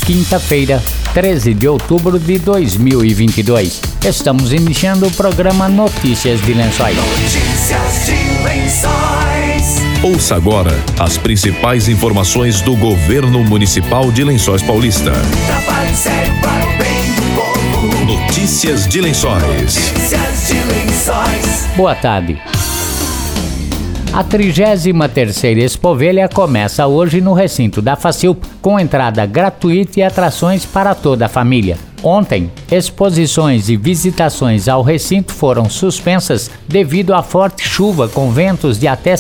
quinta-feira, 13 de outubro de 2022. Estamos iniciando o programa Notícias de Lençóis. Notícias de Lençóis. Ouça agora as principais informações do governo municipal de Lençóis Paulista. Trabalho sério para o bem do povo. Notícias de Lençóis. Notícias de Lençóis. Boa tarde. A 33ª Expovelha começa hoje no recinto da Facilp, com entrada gratuita e atrações para toda a família. Ontem, exposições e visitações ao recinto foram suspensas devido à forte chuva com ventos de até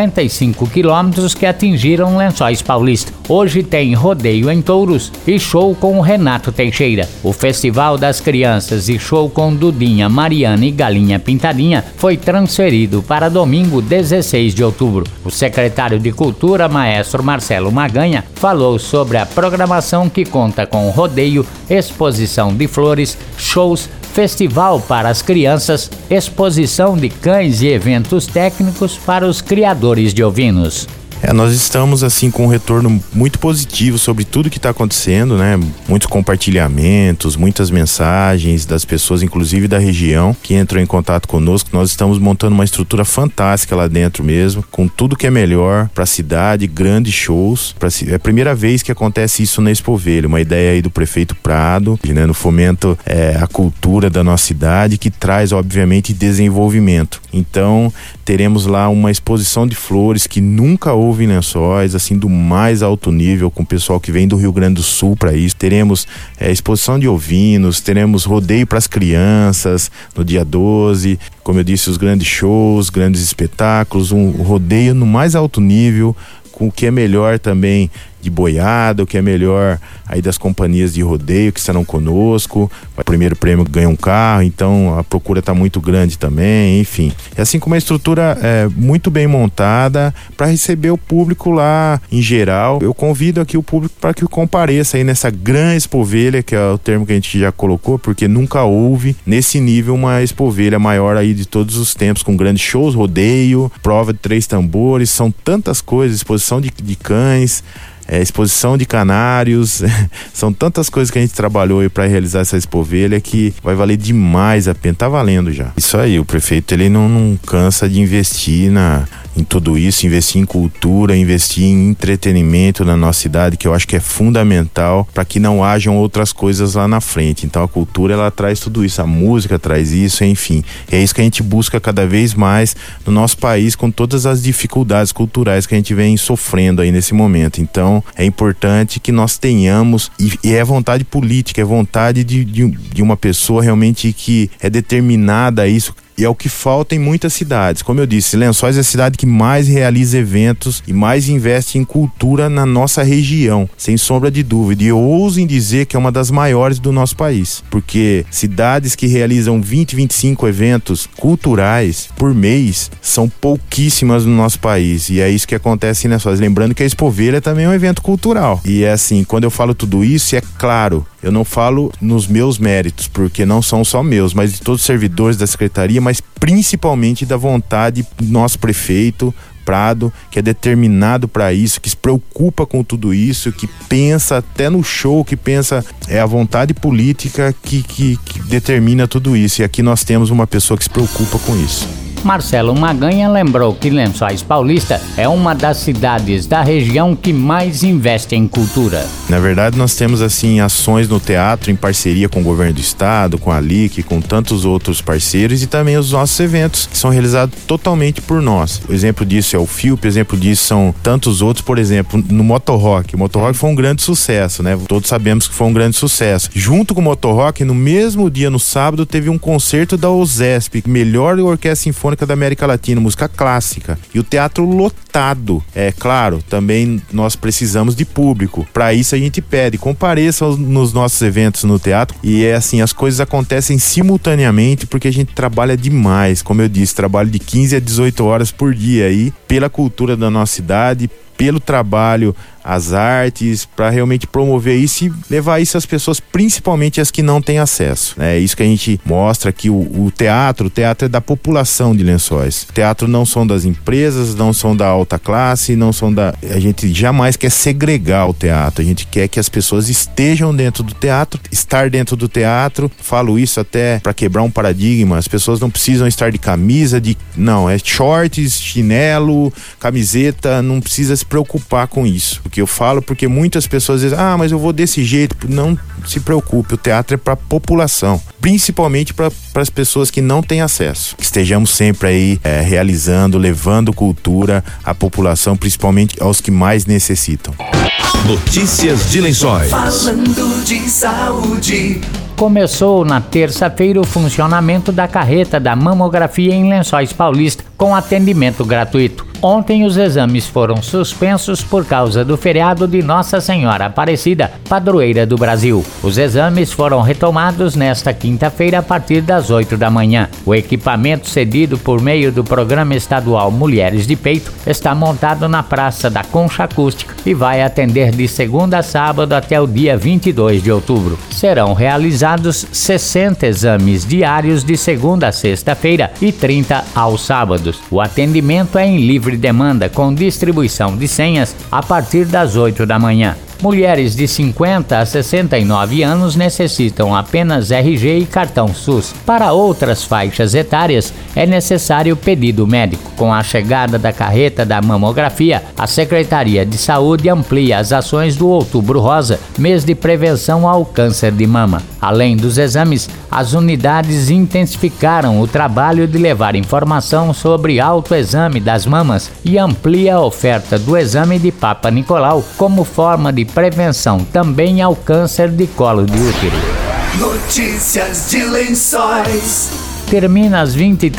55 quilômetros que atingiram Lençóis Paulista. Hoje tem rodeio em touros e show com o Renato Teixeira. O Festival das Crianças e show com Dudinha, Mariana e Galinha Pintadinha foi transferido para domingo 16 de outubro. O secretário de Cultura, maestro Marcelo Maganha, falou sobre a programação que conta com rodeio, exposição de flores, shows, festival para as crianças, exposição de cães e eventos técnicos para os criadores de ovinos. Nós estamos assim com um retorno muito positivo sobre tudo que está acontecendo, né? Muitos compartilhamentos, muitas mensagens das pessoas, inclusive da região, que entram em contato conosco. Nós estamos montando uma estrutura fantástica lá dentro mesmo, com tudo que é melhor para a cidade, grandes shows. É a primeira vez que acontece isso na Expovelha, uma ideia aí do prefeito Prado, né? No fomento à cultura da nossa cidade, que traz, obviamente, desenvolvimento. Então, teremos lá uma exposição de flores que nunca houve em Lençóis, assim, do mais alto nível, com o pessoal que vem do Rio Grande do Sul para isso. Teremos exposição de ovinos, teremos rodeio para as crianças no dia 12, como eu disse, os grandes shows, grandes espetáculos, um rodeio no mais alto nível, com o que é melhor também de boiada, o que é melhor aí das companhias de rodeio que estarão conosco. O primeiro prêmio ganha um carro, então a procura está muito grande também, enfim. É assim como uma estrutura muito bem montada para receber o público lá em geral. Eu convido aqui o público para que compareça aí nessa grande Expovelha, que é o termo que a gente já colocou, porque nunca houve nesse nível uma Expovelha maior aí de todos os tempos, com grandes shows, rodeio, prova de 3 tambores, são tantas coisas, exposição de cães, exposição de canários, são tantas coisas que a gente trabalhou aí para realizar essa Expovelha que vai valer demais a pena, tá valendo já. Isso aí, o prefeito ele não cansa de investir em tudo isso, investir em cultura, investir em entretenimento na nossa cidade, que eu acho que é fundamental para que não hajam outras coisas lá na frente. Então a cultura ela traz tudo isso, a música traz isso, enfim. É isso que a gente busca cada vez mais no nosso país, com todas as dificuldades culturais que a gente vem sofrendo aí nesse momento. Então é importante que nós tenhamos, e é vontade política, é vontade de uma pessoa realmente que é determinada a isso. E é o que falta em muitas cidades. Como eu disse, Lençóis é a cidade que mais realiza eventos e mais investe em cultura na nossa região, sem sombra de dúvida. E eu ouso em dizer que é uma das maiores do nosso país, porque cidades que realizam 20, 25 eventos culturais por mês são pouquíssimas no nosso país. E é isso que acontece em Lençóis. Lembrando que a Expovelha também é um evento cultural. E é assim, quando eu falo tudo isso, é claro, eu não falo nos meus méritos, porque não são só meus, mas de todos os servidores da Secretaria, mas principalmente da vontade do nosso prefeito Prado, que é determinado para isso, que se preocupa com tudo isso, que pensa até no show, que pensa, é a vontade política que determina tudo isso. E aqui nós temos uma pessoa que se preocupa com isso. Marcelo Maganha lembrou que Lençóis Paulista é uma das cidades da região que mais investe em cultura. Na verdade, nós temos assim ações no teatro em parceria com o governo do estado, com a LIC, com tantos outros parceiros, e também os nossos eventos que são realizados totalmente por nós. O exemplo disso é o FIUP, o exemplo disso são tantos outros, por exemplo, no Motorrock. O Motorrock foi um grande sucesso, né? Todos sabemos que foi um grande sucesso. Junto com o Motorrock, no mesmo dia, no sábado, teve um concerto da OSESP, melhor orquestra sinfônica da América Latina, música clássica, e o teatro lotado. É claro, também nós precisamos de público. Para isso a gente pede, compareça nos nossos eventos no teatro, e é assim, as coisas acontecem simultaneamente porque a gente trabalha demais, como eu disse, trabalho de 15 a 18 horas por dia aí, pela cultura da nossa cidade, pelo trabalho, as artes, para realmente promover isso e levar isso às pessoas, principalmente as que não têm acesso. É isso que a gente mostra aqui, o teatro é da população de Lençóis. O teatro não são das empresas, não são da alta classe, não são da... A gente jamais quer segregar o teatro, a gente quer que as pessoas estejam dentro do teatro, estar dentro do teatro, falo isso até para quebrar um paradigma, as pessoas não precisam estar de camisa, não, é shorts, chinelo, camiseta, não precisa se preocupar com isso. Que eu falo porque muitas pessoas dizem, mas eu vou desse jeito. Não se preocupe, o teatro é para a população, principalmente para as pessoas que não têm acesso. Que estejamos sempre aí realizando, levando cultura à população, principalmente aos que mais necessitam. Notícias de Lençóis. Falando de saúde. Começou na terça-feira o funcionamento da carreta da mamografia em Lençóis Paulista, com atendimento gratuito. Ontem os exames foram suspensos por causa do feriado de Nossa Senhora Aparecida, padroeira do Brasil. Os exames foram retomados nesta quinta-feira a partir das 8 da manhã. O equipamento cedido por meio do Programa Estadual Mulheres de Peito está montado na Praça da Concha Acústica e vai atender de segunda a sábado até o dia 22 de outubro. Serão realizados 60 exames diários de segunda a sexta-feira e 30 aos sábados. O atendimento é em livre demanda, com distribuição de senhas a partir das 8 da manhã. Mulheres de 50 a 69 anos necessitam apenas RG e cartão SUS. Para outras faixas etárias, é necessário pedido médico. Com a chegada da carreta da mamografia, a Secretaria de Saúde amplia as ações do Outubro Rosa, mês de prevenção ao câncer de mama. Além dos exames, as unidades intensificaram o trabalho de levar informação sobre autoexame das mamas e amplia a oferta do exame de Papa Nicolau como forma de prevenção também ao câncer de colo de útero. Notícias de Lençóis. Termina às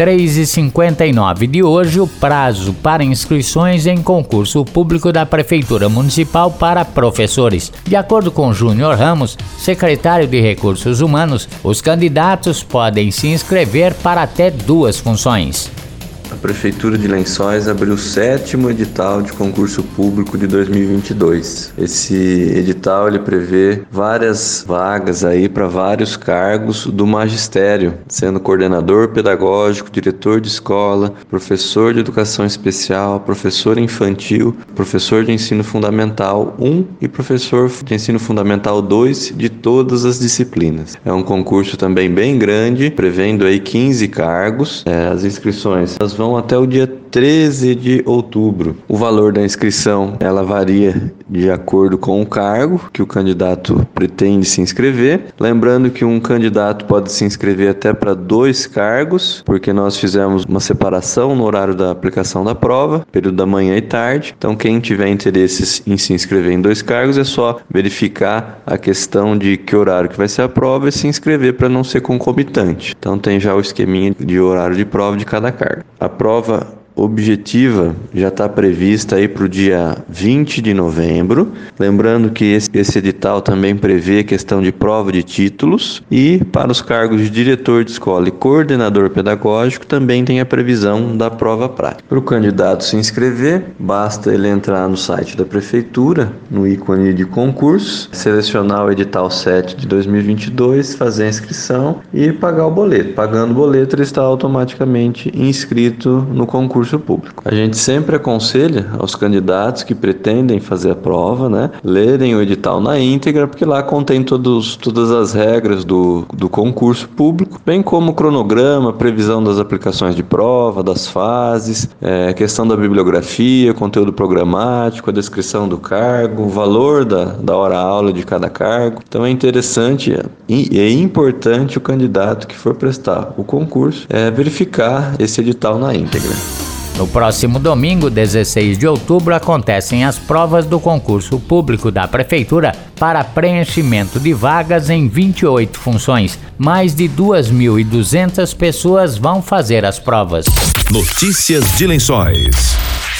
23h59 de hoje o prazo para inscrições em concurso público da Prefeitura Municipal para professores. De acordo com Júnior Ramos, secretário de Recursos Humanos, os candidatos podem se inscrever para até 2 funções. A Prefeitura de Lençóis abriu o 7º edital de concurso público de 2022. Esse edital ele prevê várias vagas aí para vários cargos do magistério, sendo coordenador pedagógico, diretor de escola, professor de educação especial, professor infantil, professor de ensino fundamental 1 e professor de ensino fundamental 2 de todas as disciplinas. É um concurso também bem grande, prevendo aí 15 cargos. As inscrições vão até o dia 13 de outubro. O valor da inscrição ela varia de acordo com o cargo que o candidato pretende se inscrever. Lembrando que um candidato pode se inscrever até para 2 cargos, porque nós fizemos uma separação no horário da aplicação da prova, período da manhã e tarde. Então quem tiver interesse em se inscrever em 2 cargos é só verificar a questão de que horário que vai ser a prova e se inscrever para não ser concomitante. Então tem já o esqueminha de horário de prova de cada cargo. A prova objetiva já está prevista aí para o dia 20 de novembro. Lembrando que esse edital também prevê questão de prova de títulos e para os cargos de diretor de escola e coordenador pedagógico também tem a previsão da prova prática. Para o candidato se inscrever, basta ele entrar no site da Prefeitura, no ícone de concurso, selecionar o edital 7 de 2022, fazer a inscrição e pagar o boleto. Pagando o boleto, ele está automaticamente inscrito no concurso público. A gente sempre aconselha aos candidatos que pretendem fazer a prova, lerem o edital na íntegra, porque lá contém todas as regras do concurso público, bem como o cronograma, previsão das aplicações de prova, das fases, questão da bibliografia, conteúdo programático, a descrição do cargo, o valor da hora-aula de cada cargo. Então é interessante e é importante o candidato que for prestar o concurso verificar esse edital na íntegra. No próximo domingo, 16 de outubro, acontecem as provas do concurso público da Prefeitura para preenchimento de vagas em 28 funções. Mais de 2.200 pessoas vão fazer as provas. Notícias de Lençóis.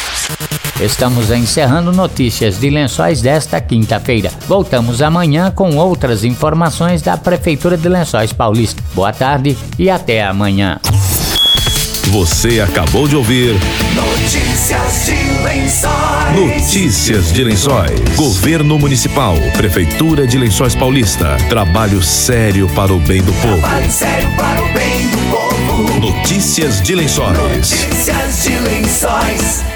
Estamos encerrando Notícias de Lençóis desta quinta-feira. Voltamos amanhã com outras informações da Prefeitura de Lençóis Paulista. Boa tarde e até amanhã. Você acabou de ouvir Notícias de Lençóis. Notícias de Lençóis. Governo Municipal, Prefeitura de Lençóis Paulista. Trabalho sério para o bem do povo. Trabalho sério para o bem do povo. Notícias de Lençóis. Notícias de Lençóis.